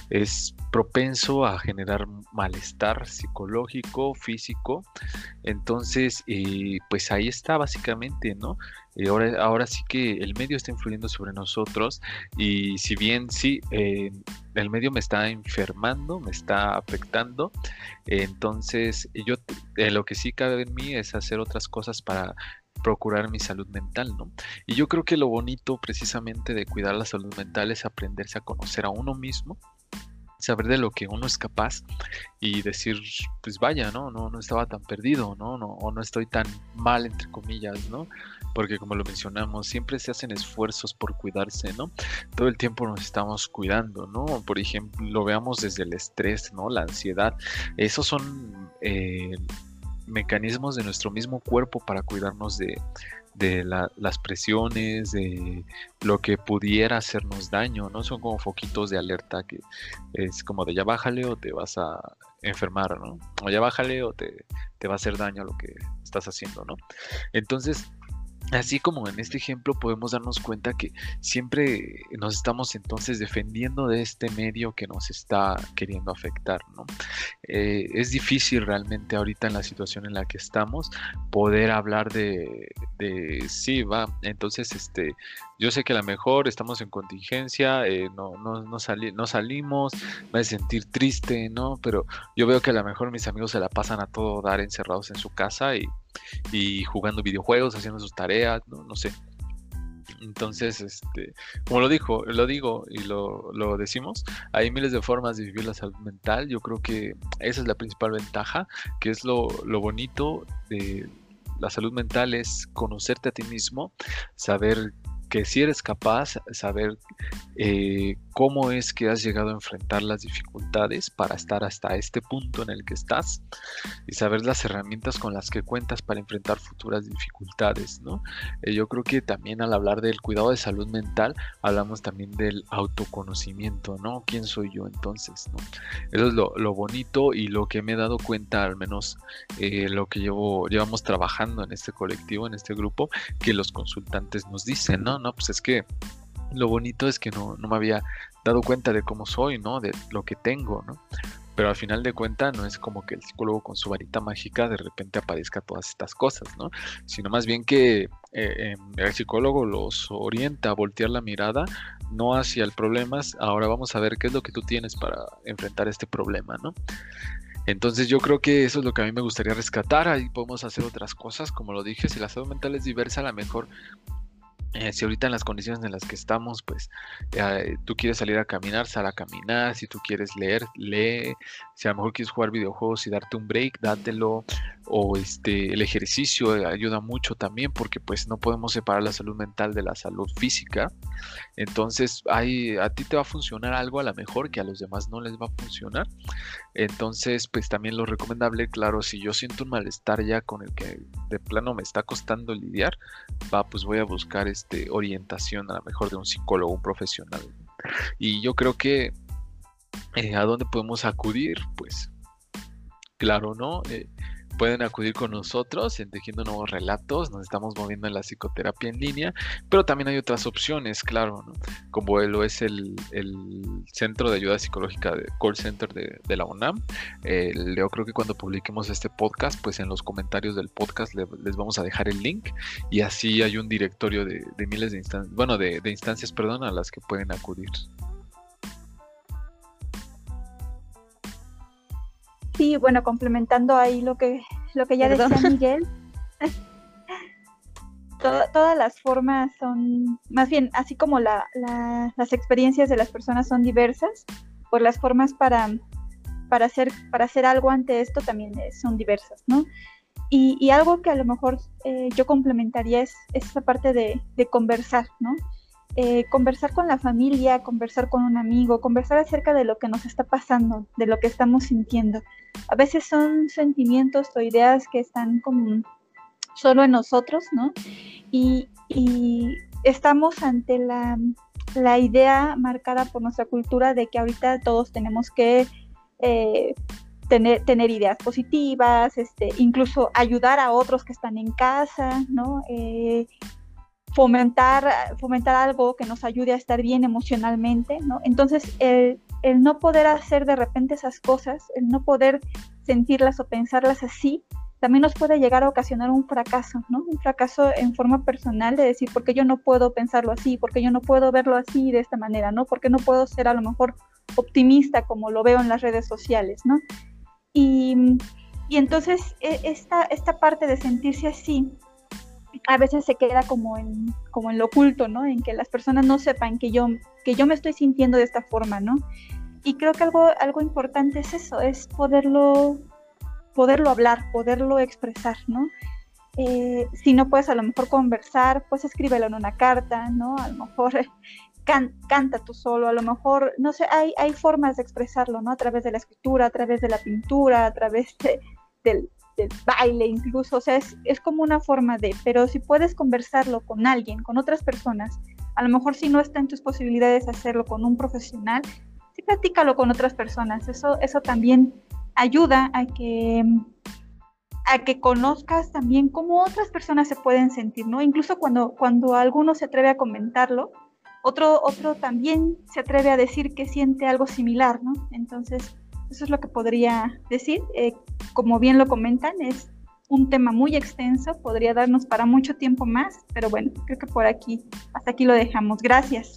es propenso a generar malestar psicológico, físico. Entonces, eh, pues ahí está básicamente, ¿no? Eh, ahora, ahora sí que el medio está influyendo sobre nosotros, y si bien sí, eh, el medio me está enfermando, me está afectando, eh, entonces yo eh, lo que sí cabe en mí es hacer otras cosas para procurar mi salud mental, ¿no? Y yo creo que lo bonito precisamente de cuidar la salud mental es aprenderse a conocer a uno mismo, saber de lo que uno es capaz y decir, pues vaya, ¿no? No, no estaba tan perdido, ¿no? No, o no estoy tan mal, entre comillas, ¿no? Porque como lo mencionamos, siempre se hacen esfuerzos por cuidarse, ¿no? Todo el tiempo nos estamos cuidando, ¿no? Por ejemplo, lo veamos desde el estrés, ¿no? La ansiedad. Esos son eh, mecanismos de nuestro mismo cuerpo para cuidarnos de, de la, las presiones, de lo que pudiera hacernos daño, ¿no? Son como foquitos de alerta que es como de ya bájale o te vas a enfermar, ¿no? O ya bájale o te, te va a hacer daño lo que estás haciendo, ¿no? Entonces, así como en este ejemplo podemos darnos cuenta que siempre nos estamos entonces defendiendo de este medio que nos está queriendo afectar, ¿no? Eh, es difícil realmente ahorita en la situación en la que estamos poder hablar de, de sí, va, entonces este, yo sé que a lo mejor estamos en contingencia, eh, no, no, no, sali- no salimos, me voy a sentir triste, ¿no? Pero yo veo que a lo mejor mis amigos se la pasan a todo dar encerrados en su casa y y jugando videojuegos, haciendo sus tareas, no, no sé. Entonces, este, como lo dijo, lo digo y lo, lo decimos, hay miles de formas de vivir la salud mental. Yo creo que esa es la principal ventaja, que es lo, lo bonito de la salud mental, es conocerte a ti mismo, saber que si eres capaz, saber eh, cómo es que has llegado a enfrentar las dificultades para estar hasta este punto en el que estás y saber las herramientas con las que cuentas para enfrentar futuras dificultades, ¿no? Eh, yo creo que también al hablar del cuidado de salud mental, hablamos también del autoconocimiento, ¿no? ¿Quién soy yo entonces, no? Eso es lo, lo bonito y lo que me he dado cuenta, al menos eh, lo que llevo, llevamos trabajando en este colectivo, en este grupo, que los consultantes nos dicen, no, no, pues es que lo bonito es que no, no me había dado cuenta de cómo soy, ¿no? De lo que tengo, ¿no? Pero al final de cuentas no es como que el psicólogo con su varita mágica de repente aparezca todas estas cosas, ¿no? Sino más bien que eh, eh, el psicólogo los orienta a voltear la mirada no hacia el problema, ahora vamos a ver qué es lo que tú tienes para enfrentar este problema, ¿no? Entonces yo creo que eso es lo que a mí me gustaría rescatar. Ahí podemos hacer otras cosas, como lo dije, si la salud mental es diversa, a lo mejor Eh, si ahorita en las condiciones en las que estamos, pues eh, tú quieres salir a caminar, sal a caminar. Si tú quieres leer, lee. Si a lo mejor quieres jugar videojuegos y darte un break, dátelo. O este, el ejercicio eh, ayuda mucho también, porque pues no podemos separar la salud mental de la salud física. Entonces hay, a ti te va a funcionar algo a lo mejor que a los demás no les va a funcionar. Entonces pues también lo recomendable, claro, si yo siento un malestar ya con el que de plano me está costando lidiar, va, pues voy a buscar este, orientación a lo mejor de un psicólogo, un profesional. Y yo creo que eh, ¿a dónde podemos acudir? Pues claro, ¿no? Eh, pueden acudir con nosotros en Tejiendo Nuevos Relatos. Nos estamos moviendo en la psicoterapia en línea, pero también hay otras opciones, claro, ¿no? Como lo es el, el Centro de Ayuda Psicológica, de Call Center de, de la UNAM. Eh, yo creo que cuando publiquemos este podcast, pues en los comentarios del podcast le, les vamos a dejar el link, y así hay un directorio de, de miles de instancias, bueno, de, de instancias, perdón, a las que pueden acudir. Sí, bueno, complementando ahí lo que, lo que ya Perdón. decía Miguel, to- todas las formas son, más bien, así como la, la- las experiencias de las personas son diversas, pues las formas para, para, hacer, para hacer algo ante esto también eh, son diversas, ¿no? Y, y algo que a lo mejor eh, yo complementaría es, es esa parte de, de conversar, ¿no? Eh, conversar con la familia, conversar con un amigo, conversar acerca de lo que nos está pasando, de lo que estamos sintiendo. A veces son sentimientos o ideas que están como solo en nosotros, ¿no? Y, y estamos ante la, la idea marcada por nuestra cultura de que ahorita todos tenemos que eh, tener, tener ideas positivas, este, incluso ayudar a otros que están en casa, ¿no? Eh, fomentar, fomentar algo que nos ayude a estar bien emocionalmente, ¿no? Entonces, el, el no poder hacer de repente esas cosas, el no poder sentirlas o pensarlas así, también nos puede llegar a ocasionar un fracaso, ¿no? Un fracaso en forma personal de decir, ¿por qué yo no puedo pensarlo así? ¿Por qué yo no puedo verlo así de esta manera, ¿no? ¿Por qué no puedo ser a lo mejor optimista como lo veo en las redes sociales, ¿no? Y, y entonces, esta, esta parte de sentirse así, a veces se queda como en, como en lo oculto, ¿no? En que las personas no sepan que yo, que yo me estoy sintiendo de esta forma, ¿no? Y creo que algo, algo importante es eso, es poderlo, poderlo hablar, poderlo expresar, ¿no? Eh, si no puedes a lo mejor conversar, pues escríbelo en una carta, ¿no? A lo mejor can, canta tú solo, a lo mejor, no sé, hay, hay formas de expresarlo, ¿no? A través de la escritura, a través de la pintura, a través de, del del baile incluso, o sea, es, es como una forma de, pero si puedes conversarlo con alguien, con otras personas, a lo mejor si no está en tus posibilidades hacerlo con un profesional, sí platícalo con otras personas, eso, eso también ayuda a que, a que conozcas también cómo otras personas se pueden sentir, ¿no? Incluso cuando, cuando alguno se atreve a comentarlo, otro, otro también se atreve a decir que siente algo similar, ¿no? Entonces, eso es lo que podría decir. Eh, como bien lo comentan, es un tema muy extenso, podría darnos para mucho tiempo más, pero bueno, creo que por aquí, hasta aquí lo dejamos. Gracias.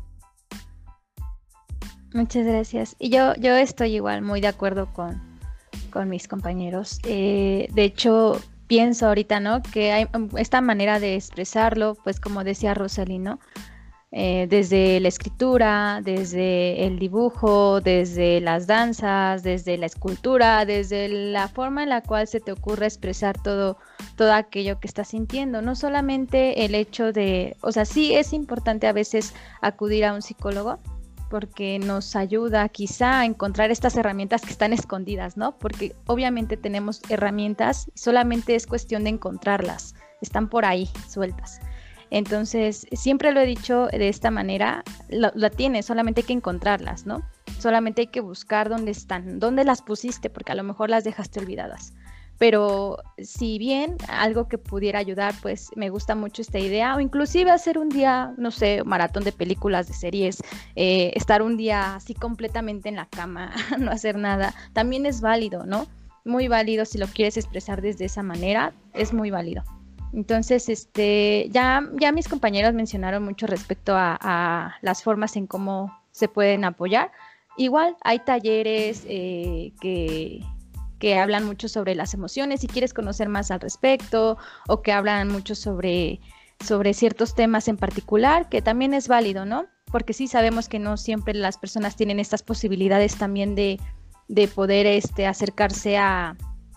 Muchas gracias. Y yo, yo estoy igual muy de acuerdo con, con mis compañeros. Eh, de hecho, pienso ahorita, ¿no? Que hay esta manera de expresarlo, pues como decía Rosalí, ¿no? eh, desde la escritura, desde el dibujo, desde las danzas, desde la escultura, desde la forma en la cual se te ocurre expresar todo, todo aquello que estás sintiendo. No solamente el hecho de, o sea, sí es importante a veces acudir a un psicólogo, porque nos ayuda quizá a encontrar estas herramientas que están escondidas, ¿no? Porque obviamente tenemos herramientas, solamente es cuestión de encontrarlas, están por ahí sueltas. Entonces, siempre lo he dicho de esta manera, la, la tienes, solamente hay que encontrarlas, ¿no? Solamente hay que buscar dónde están, dónde las pusiste, porque a lo mejor las dejaste olvidadas. Pero si bien algo que pudiera ayudar, pues me gusta mucho esta idea, o inclusive hacer un día, no sé, maratón de películas, de series, eh, estar un día así completamente en la cama, no hacer nada, también es válido, ¿no? Muy válido si lo quieres expresar desde esa manera, es muy válido. Entonces, este, ya, ya mis compañeros mencionaron mucho respecto a, a las formas en cómo se pueden apoyar. Igual hay talleres eh, que... que hablan mucho sobre las emociones, si quieres conocer más al respecto, o que hablan mucho sobre, sobre ciertos temas en particular, que también es válido, ¿no? Porque sí sabemos que no siempre las personas tienen estas posibilidades también de, de poder este, acercarse a,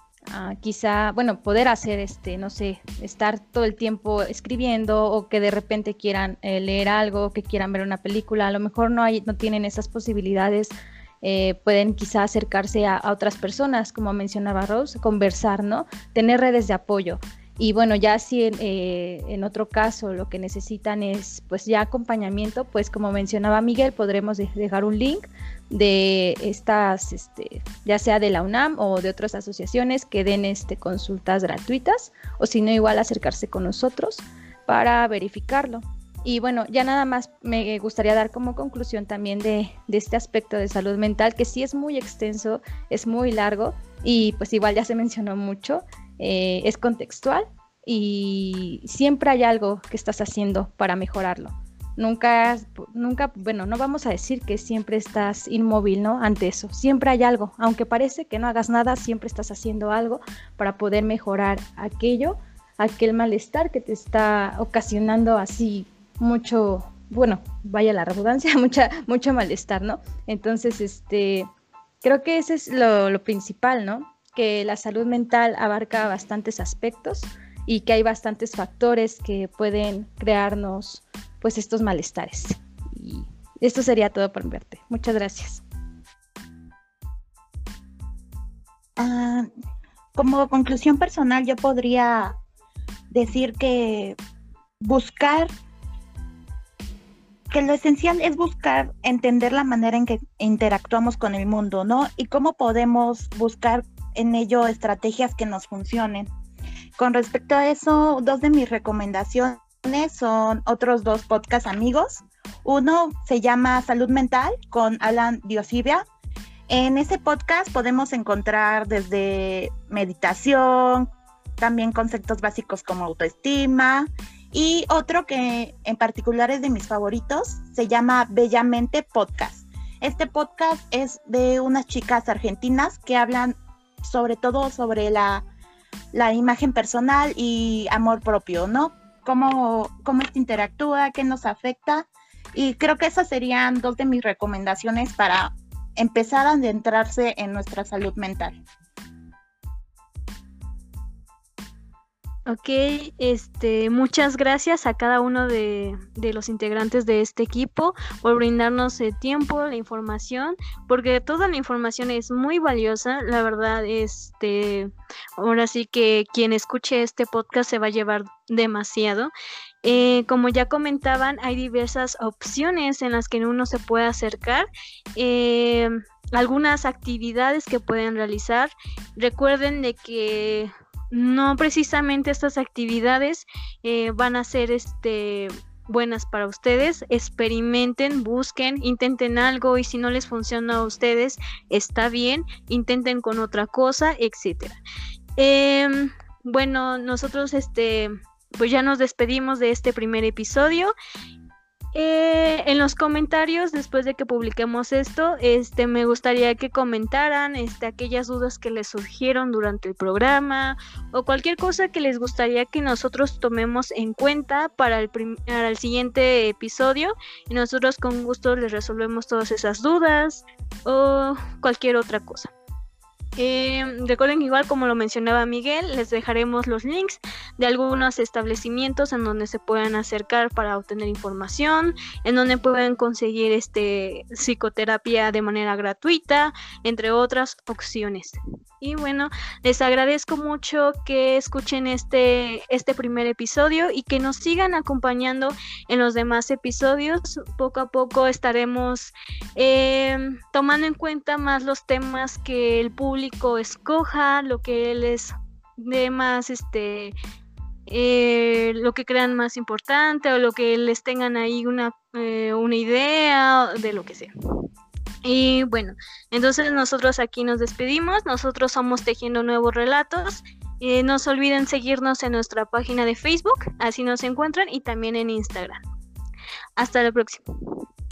a quizá, bueno, poder hacer, este, no sé, estar todo el tiempo escribiendo, o que de repente quieran eh, leer algo, que quieran ver una película, a lo mejor no, hay, no tienen esas posibilidades. Eh, pueden quizá acercarse a, a otras personas, como mencionaba Rose, conversar, ¿no? Tener redes de apoyo. Y bueno, ya si en, eh, en otro caso lo que necesitan es pues ya acompañamiento, pues como mencionaba Miguel, podremos de- dejar un link de estas, este, ya sea de la UNAM o de otras asociaciones que den este, consultas gratuitas, o si no, igual acercarse con nosotros para verificarlo. Y bueno, ya nada más me gustaría dar como conclusión también de, de este aspecto de salud mental, que sí es muy extenso, es muy largo, y pues igual ya se mencionó mucho, eh, es contextual, y siempre hay algo que estás haciendo para mejorarlo. Nunca, nunca, bueno, no vamos a decir que siempre estás inmóvil, ¿no? Ante eso, siempre hay algo, aunque parece que no hagas nada, siempre estás haciendo algo para poder mejorar aquello, aquel malestar que te está ocasionando así mucho, bueno, vaya la redundancia, mucha, mucho malestar, ¿no? Entonces, este, creo que ese es lo, lo principal, ¿no? Que la salud mental abarca bastantes aspectos y que hay bastantes factores que pueden crearnos, pues, estos malestares. Y esto sería todo por mi parte. Muchas gracias. Ah, como conclusión personal, yo podría decir que buscar que lo esencial es buscar entender la manera en que interactuamos con el mundo, ¿no? Y cómo podemos buscar en ello estrategias que nos funcionen. Con respecto a eso, dos de mis recomendaciones son otros dos podcast amigos. Uno se llama Salud Mental con Alan Diosibia. En ese podcast podemos encontrar desde meditación, también conceptos básicos como autoestima, y otro que en particular es de mis favoritos, se llama Bellamente Podcast. Este podcast es de unas chicas argentinas que hablan sobre todo sobre la, la imagen personal y amor propio, ¿no? Cómo, cómo esto interactúa, qué nos afecta, y creo que esas serían dos de mis recomendaciones para empezar a adentrarse en nuestra salud mental. Ok, este, muchas gracias a cada uno de, de los integrantes de este equipo por brindarnos el tiempo, la información, porque toda la información es muy valiosa, la verdad, este, ahora sí que quien escuche este podcast se va a llevar demasiado. Eh, como ya comentaban, hay diversas opciones en las que uno se puede acercar, eh, algunas actividades que pueden realizar. Recuerden de que no precisamente estas actividades eh, van a ser este, buenas para ustedes. Experimenten, busquen, intenten algo, y si no les funciona a ustedes, está bien, intenten con otra cosa, etcétera. Eh, bueno, nosotros este, pues ya nos despedimos de este primer episodio. Eh, en los comentarios, después de que publiquemos esto, este, me gustaría que comentaran este, aquellas dudas que les surgieron durante el programa o cualquier cosa que les gustaría que nosotros tomemos en cuenta para el, prim- para el siguiente episodio, y nosotros con gusto les resolvemos todas esas dudas o cualquier otra cosa. Eh, recuerden que igual como lo mencionaba Miguel, les dejaremos los links de algunos establecimientos en donde se puedan acercar para obtener información, en donde pueden conseguir este psicoterapia de manera gratuita, entre otras opciones. Y bueno, les agradezco mucho que escuchen este, este primer episodio y que nos sigan acompañando en los demás episodios. Poco a poco estaremos eh, tomando en cuenta más los temas que el público escoja, lo que les dé más, este, eh, lo que crean más importante o lo que les tengan ahí una, eh, una idea de lo que sea. Y bueno, entonces nosotros aquí nos despedimos. Nosotros somos Tejiendo Nuevos Relatos. Eh, no se olviden seguirnos en nuestra página de Facebook, así nos encuentran, y también en Instagram. Hasta la próxima.